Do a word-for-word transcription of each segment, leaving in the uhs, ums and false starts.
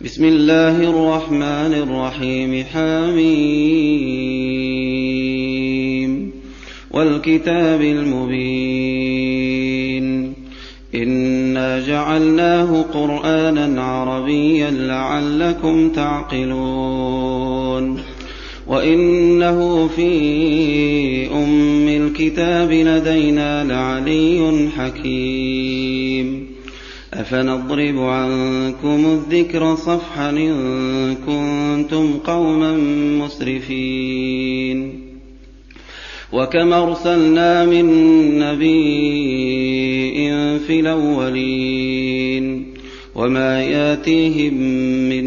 بسم الله الرحمن الرحيم. حميم والكتاب المبين. إنا جعلناه قرآنا عربيا لعلكم تعقلون. وإنه في أم الكتاب لدينا لعلي حكيم. أفنضرب عنكم الذكر صفحا إن كنتم قوما مسرفين. وكم أرسلنا من نبي في الأولين وما ياتيهم من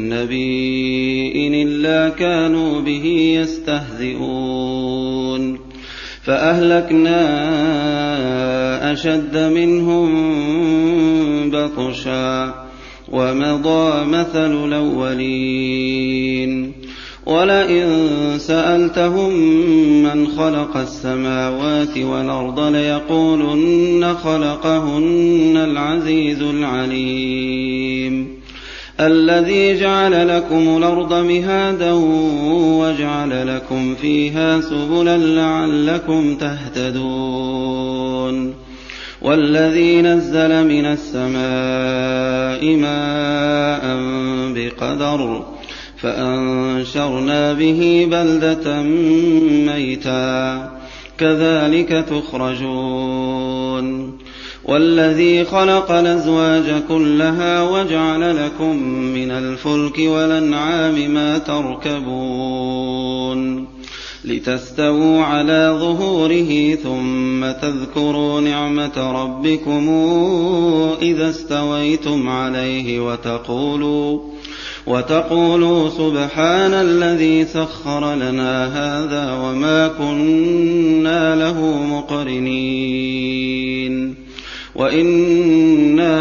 نبي إلا كانوا به يستهزئون. فأهلكنا أشد منهم بطشا ومضى مثل الأولين. ولئن سألتهم من خلق السماوات والأرض ليقولن خلقهن العزيز العليم الذي جعل لكم الأرض مهادا وجعل لكم فيها سبلا لعلكم تهتدون. والذي نزل من السماء ماء بقدر فأنشرنا به بلدة ميتا كذلك تخرجون. والذي خلق الأزواج كلها وجعل لكم من الفلك والأنعام ما تركبون لتستووا على ظهوره ثم تذكروا نعمة ربكم إذا استويتم عليه وتقولوا وتقولوا سبحان الذي سخر لنا هذا وما كنا له مقرنين وإنا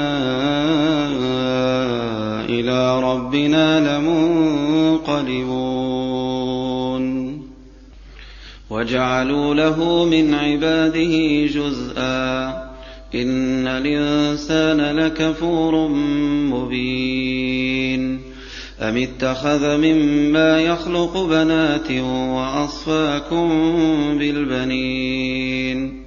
إلى ربنا لمنقلبون. وجعلوا له من عباده جزءا إن الإنسان لكفور مبين. أم اتخذ مما يخلق بنات وأصفاكم بالبنين.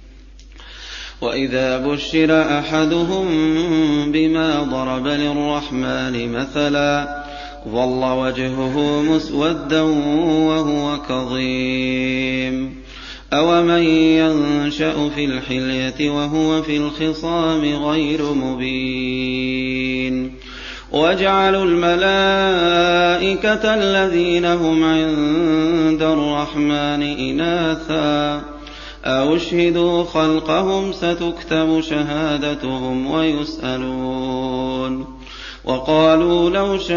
وإذا بشر أحدهم بما ضرب للرحمن مثلا ظل وجهه مسودا وهو كظيم. أومن ينشأ في الحلية وهو في الخصام غير مبين. وجعلوا الملائكة الذين هم عند الرحمن إناثا أشهدوا خلقهم ستكتب شهادتهم ويسألون. وقالوا لو شاء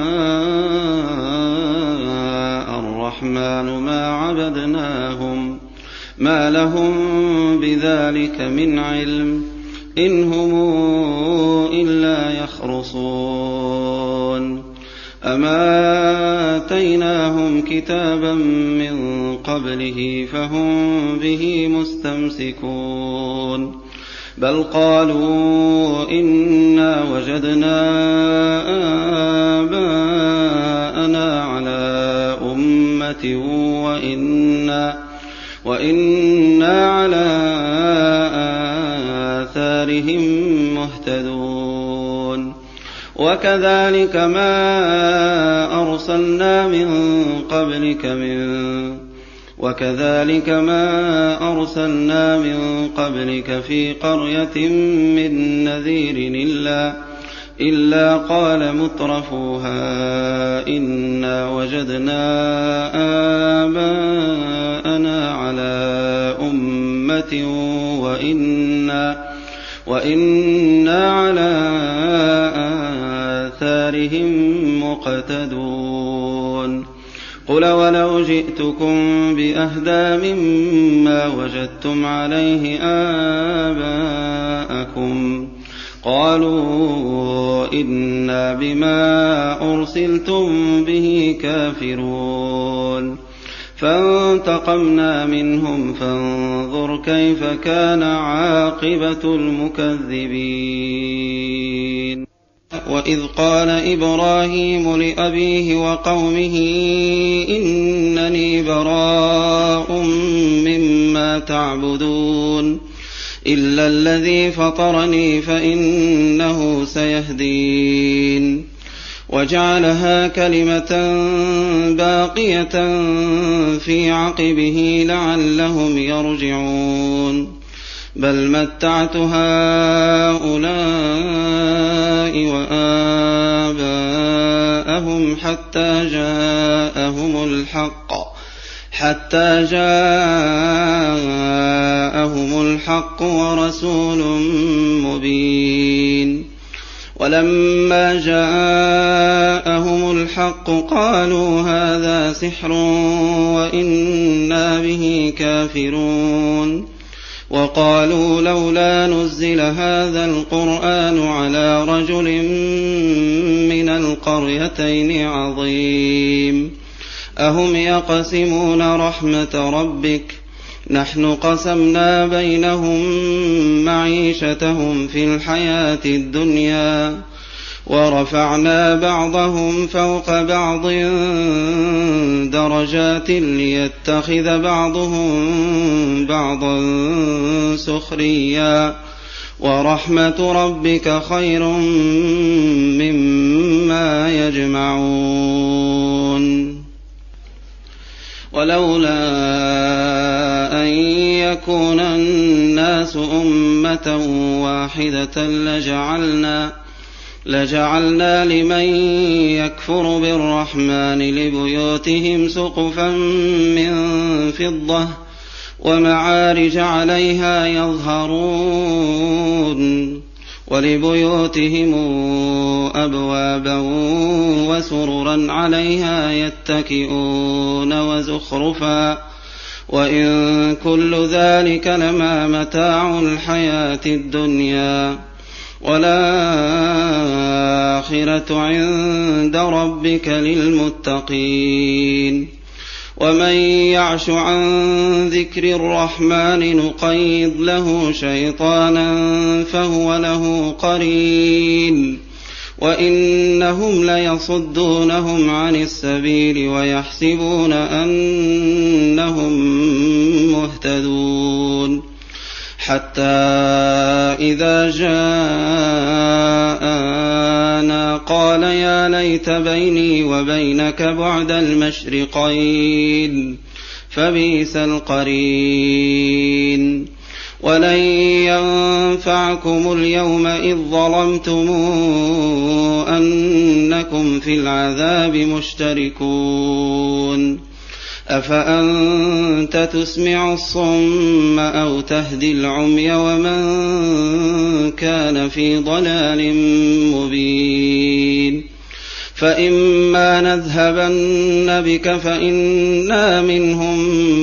الرحمن ما عبدناهم ما لهم بذلك من علم إن هم إلا يخرصون. أما آتيناهم كتابا من قبله فهم به مستمسكون. بل قالوا إنا وجدنا آباءنا على أمة وإنا, وإنا على آثارهم مهتدون. وكذلك ما أرسلنا من قبلك من وكذلك ما أرسلنا من قبلك في قرية من نذير إلا, إلا قال مترفوها إنا وجدنا آباءنا على أمة وإنا, وإنا على آثارهم مقتدون. قل ولو جئتكم بأهدى مما وجدتم عليه آباءكم قالوا إنا بما أرسلتم به كافرون. فانتقمنا منهم فانظر كيف كان عاقبة المكذبين. وإذ قال إبراهيم لأبيه وقومه إنني براء مما تعبدون إلا الذي فطرني فإنه سيهدين وجعلها كلمة باقية في عقبه لعلهم يرجعون بل متعت هؤلاء وآباءهم حتى جاءهم الحق حتى جاءهم الحق ورسول مبين ولما جاءهم الحق قالوا هذا سحر وإنا به كافرون وقالوا لولا نزل هذا القرآن على رجل من القريتين عظيم أهم يقسمون رحمة ربك نحن قسمنا بينهم معيشتهم في الحياة الدنيا ورفعنا بعضهم فوق بعض درجات ليتخذ بعضهم بعضا سخريا ورحمة ربك خير مما يجمعون ولولا أن يكون الناس أمة واحدة لجعلنا لجعلنا لمن يكفر بالرحمن لبيوتهم سقفا من فضة ومعارج عليها يظهرون ولبيوتهم أبوابا وسررا عليها يتكئون وزخرفا وإن كل ذلك لما متاع الحياة الدنيا والآخرة عند ربك للمتقين ومن يعش عن ذكر الرحمن نقيض له شيطانا فهو له قرين وإنهم ليصدونهم عن السبيل ويحسبون أنهم مهتدون حتى إذا جاءنا قال يا ليت بيني وبينك بعد المشرقين فبئس القرين ولن ينفعكم اليوم إذ ظلمتم أنكم في العذاب مشتركون أفأنت تسمع الصم أو تهدي العمي ومن كان في ضلال مبين فإما نذهبن بك فإنا منهم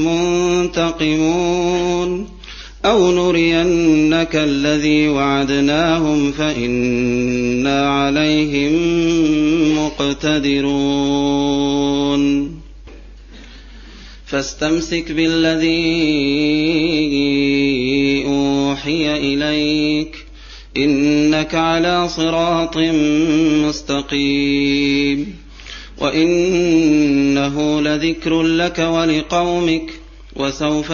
منتقمون أو نرينك الذي وعدناهم فإنا عليهم مقتدرون فاستمسك بالذي أوحي إليك إنك على صراط مستقيم وإنه لذكر لك ولقومك وسوف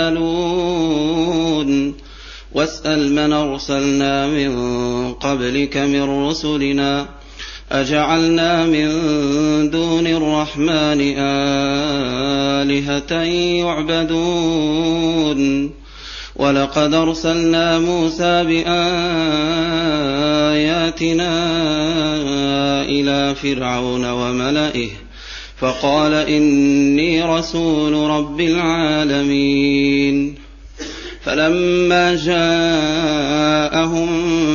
تسألون واسأل من أرسلنا من قبلك من رسلنا أجعلنا من دون الرحمن آلهة يعبدون ولقد أرسلنا موسى بآياتنا إلى فرعون وملئه فقال إني رسول رب العالمين فلما جاءهم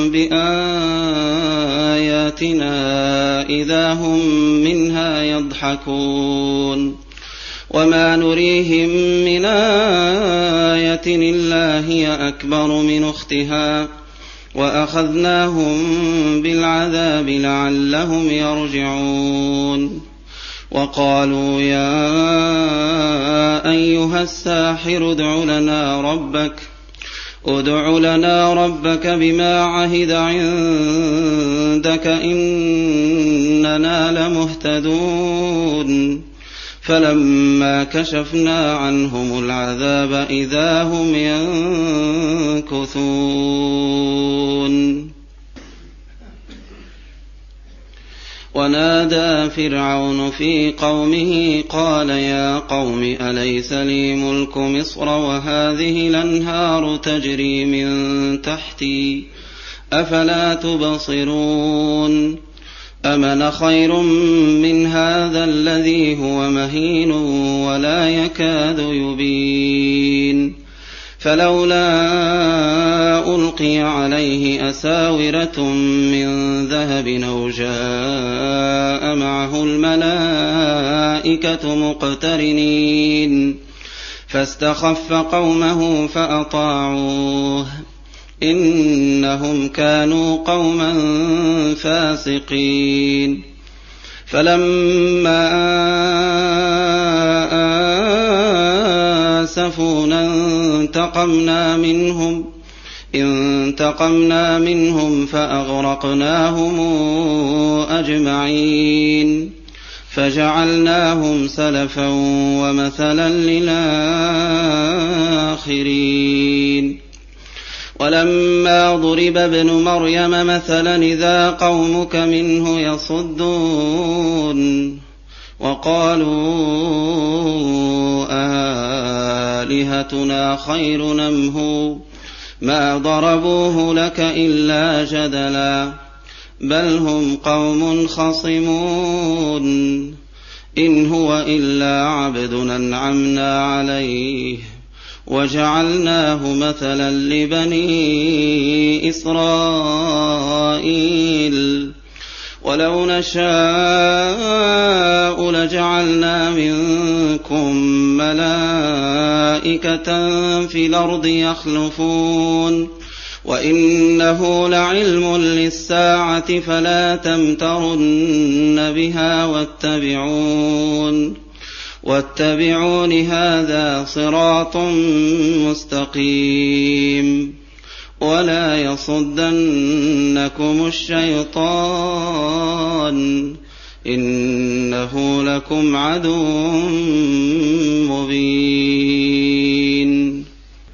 بآياتنا إذا هم منها يضحكون وما نريهم من آية إلا هي أكبر من أختها وأخذناهم بالعذاب لعلهم يرجعون وقالوا يا أيها الساحر ادع لنا ربك ادْعُ لَنَا رَبَّكَ بِمَا عَهِدَ عِندَكَ إِنَّنَا لَمُهْتَدُونَ فَلَمَّا كَشَفْنَا عَنْهُمُ الْعَذَابَ إِذَا هُمْ يَنكُثُونَ ونادى فرعون في قومه قال يا قوم أليس لي ملك مصر وهذه الأنهار تجري من تحتي أفلا تبصرون أمن خير من هذا الذي هو مهين ولا يكاد يبين فلولا ألقي عليه أساورة من ذهب أو جاء معه الملائكة مقترنين فاستخف قومه فأطاعوه إنهم كانوا قوما فاسقين فلما آسفونا انتقمنا منهم انتقمنا منهم فأغرقناهم أجمعين فجعلناهم سلفا ومثلا للآخرين ولما ضرب ابن مريم مثلا إذا قومك منه يصدون وقالوا آلهتنا خير نمه ما ضربوه لك إلا جدلا بل هم قوم خصمون إن هو إلا عبد أنعمنا عليه وجعلناه مثلا لبني إسرائيل ولو نشاء لجعلنا منكم ملائكة في الأرض يخلفون وإنه لعلم للساعة فلا تمترن بها واتبعون واتبعون هذا صراط مستقيم ولا يصدنكم الشيطان إنه لكم عدو مبين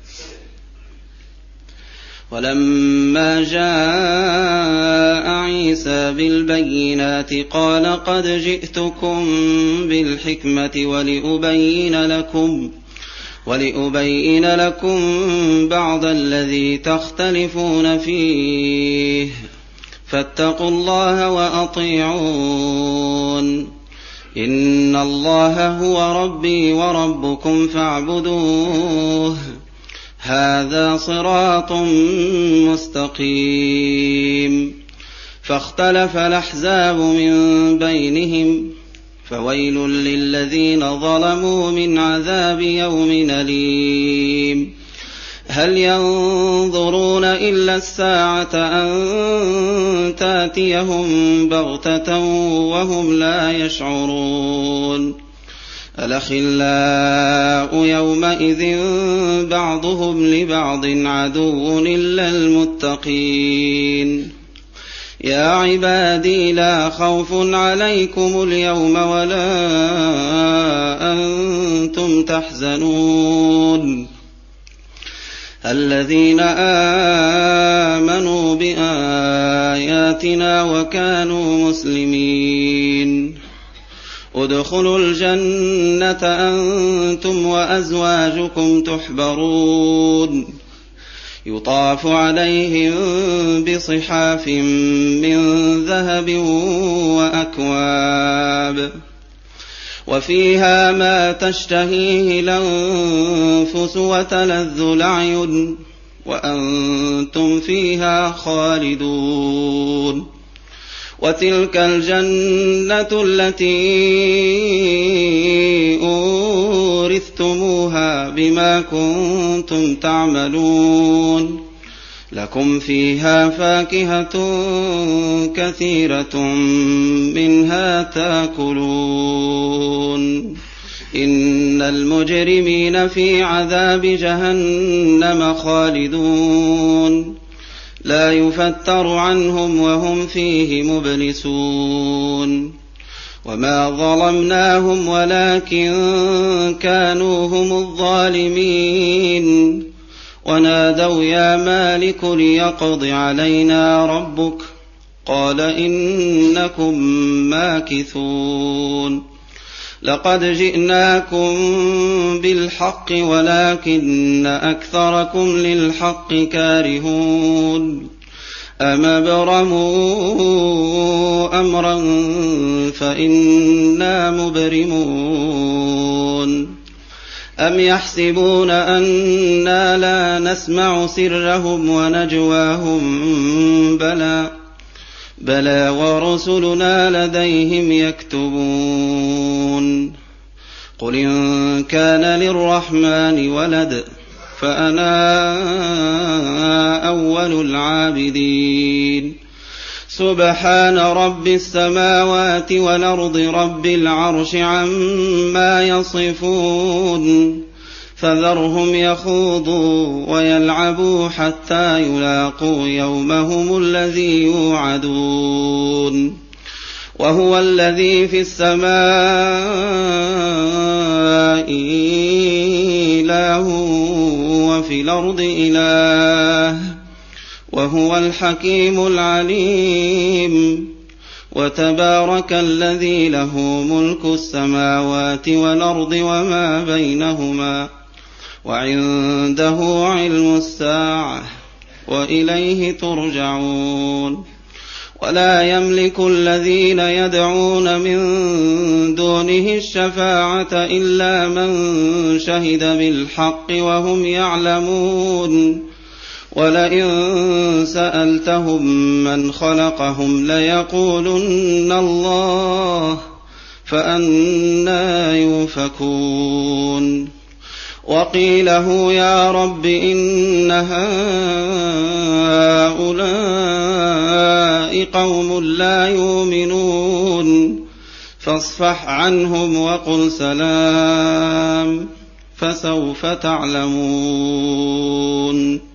ولما جاء عيسى بالبينات قال قد جئتكم بالحكمة ولأبين لكم ولأبين لكم بعض الذي تختلفون فيه فاتقوا الله وأطيعون إن الله هو ربي وربكم فاعبدوه هذا صراط مستقيم فاختلف الأحزاب من بينهم فويل للذين ظلموا من عذاب يوم أليم هل ينظرون إلا الساعة أن تأتيهم بغتة وهم لا يشعرون الأخلاء يومئذ بعضهم لبعض عدو إلا المتقين يا عبادي لا خوف عليكم اليوم ولا أنتم تحزنون الذين آمنوا بآياتنا وكانوا مسلمين ادخلوا الجنة أنتم وأزواجكم تحبرون يطاف عليهم بصحاف من ذهب وأكواب وفيها ما تشتهيه الأنفس وتلذ الأعين وأنتم فيها خالدون وتلك الجنة التي أورثتموها بما كنتم تعملون لكم فيها فاكهة كثيرة منها تأكلون إن المجرمين في عذاب جهنم خالدون لا يفتر عنهم وهم فيه مبلسون وما ظلمناهم ولكن كانوا هم الظالمين ونادوا يا مالك ليقض علينا ربك قال إنكم ماكثون لقد جئناكم بالحق ولكن أكثركم للحق كارهون أم ابرموا أمرا فإنا مبرمون أم يحسبون أنا لا نسمع سرهم ونجواهم بلى بلى ورسلنا لديهم يكتبون قل إن كان للرحمن ولد فأنا أول العابدين سبحان رب السماوات والأرض رب العرش عما يصفون فذرهم يخوضوا ويلعبوا حتى يلاقوا يومهم الذي يوعدون وهو الذي في السماء إله وفي الأرض إله وهو الحكيم العليم وتبارك الذي له ملك السماوات والأرض وما بينهما وعنده علم الساعة وإليه ترجعون ولا يملك الذين يدعون من دونه الشفاعة إلا من شهد بالحق وهم يعلمون ولئن سألتهم من خلقهم ليقولن الله فأنى يؤفكون وقيله يا رب إن هؤلاء قوم لا يؤمنون فاصفح عنهم وقل سلام فسوف تعلمون